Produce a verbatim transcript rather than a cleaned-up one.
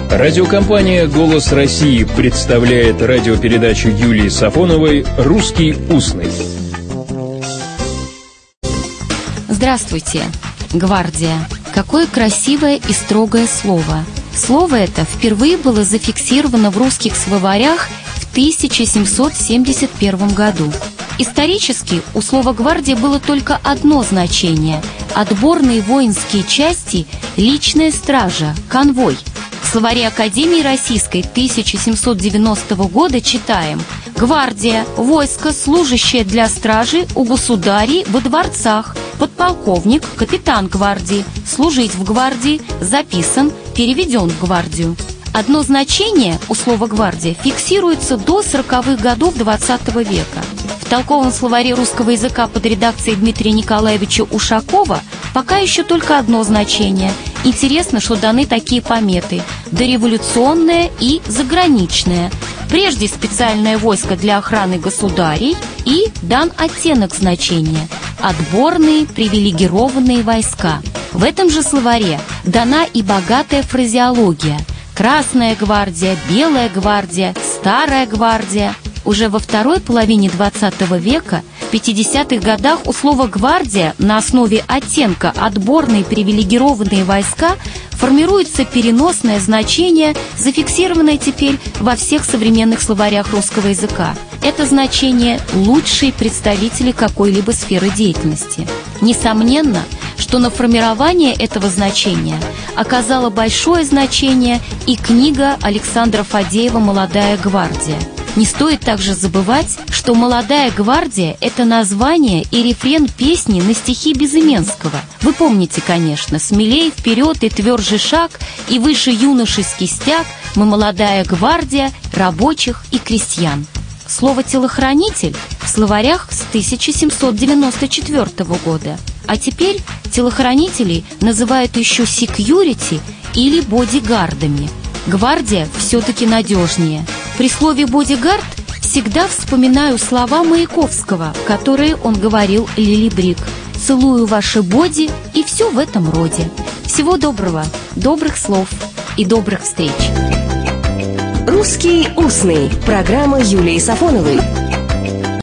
Радиокомпания «Голос России» представляет радиопередачу Юлии Сафоновой «Русский устный». Здравствуйте, гвардия. Какое красивое и строгое слово. Слово это впервые было зафиксировано в русских словарях в тысяча семьсот семьдесят первом году. Исторически у слова «гвардия» было только одно значение – отборные воинские части, личная стража, конвой. В словаре Академии Российской тысяча семьсот девяностого года читаем: «Гвардия – войско, служащее для стражи у государей во дворцах, подполковник, капитан гвардии, служить в гвардии, записан, переведен в гвардию». Одно значение у слова «гвардия» фиксируется до сороковых годов двадцатого века. В толковом словаре русского языка под редакцией Дмитрия Николаевича Ушакова пока еще только одно значение. Интересно, что даны такие пометы: дореволюционное и заграничное. Прежде специальное войско для охраны государей, и дан оттенок значения – отборные привилегированные войска. В этом же словаре дана и богатая фразеология: Красная гвардия, Белая гвардия, Старая гвардия. Уже во второй половине двадцатого века, в пятидесятых годах, у слова «гвардия» на основе оттенка «отборные привилегированные войска» формируется переносное значение, зафиксированное теперь во всех современных словарях русского языка. Это значение – лучшие представители какой-либо сферы деятельности. Несомненно, что на формирование этого значения оказала большое значение и книга Александра Фадеева «Молодая гвардия». Не стоит также забывать, что «Молодая гвардия» — это название и рефрен песни на стихи Безыменского. Вы помните, конечно: «Смелей вперед и тверже шаг, и выше юношеский стяг, мы молодая гвардия рабочих и крестьян». Слово «телохранитель» в словарях с тысяча семьсот девяносто четвёртого года. А теперь телохранителей называют еще секьюрити или бодигардами. Гвардия все-таки надежнее. При слове «бодигард» всегда вспоминаю слова Маяковского, которые он говорил Лили Брик: «Целую ваши боди» и все в этом роде. Всего доброго, добрых слов и добрых встреч. «Русский устный» – программа Юлии Сафоновой.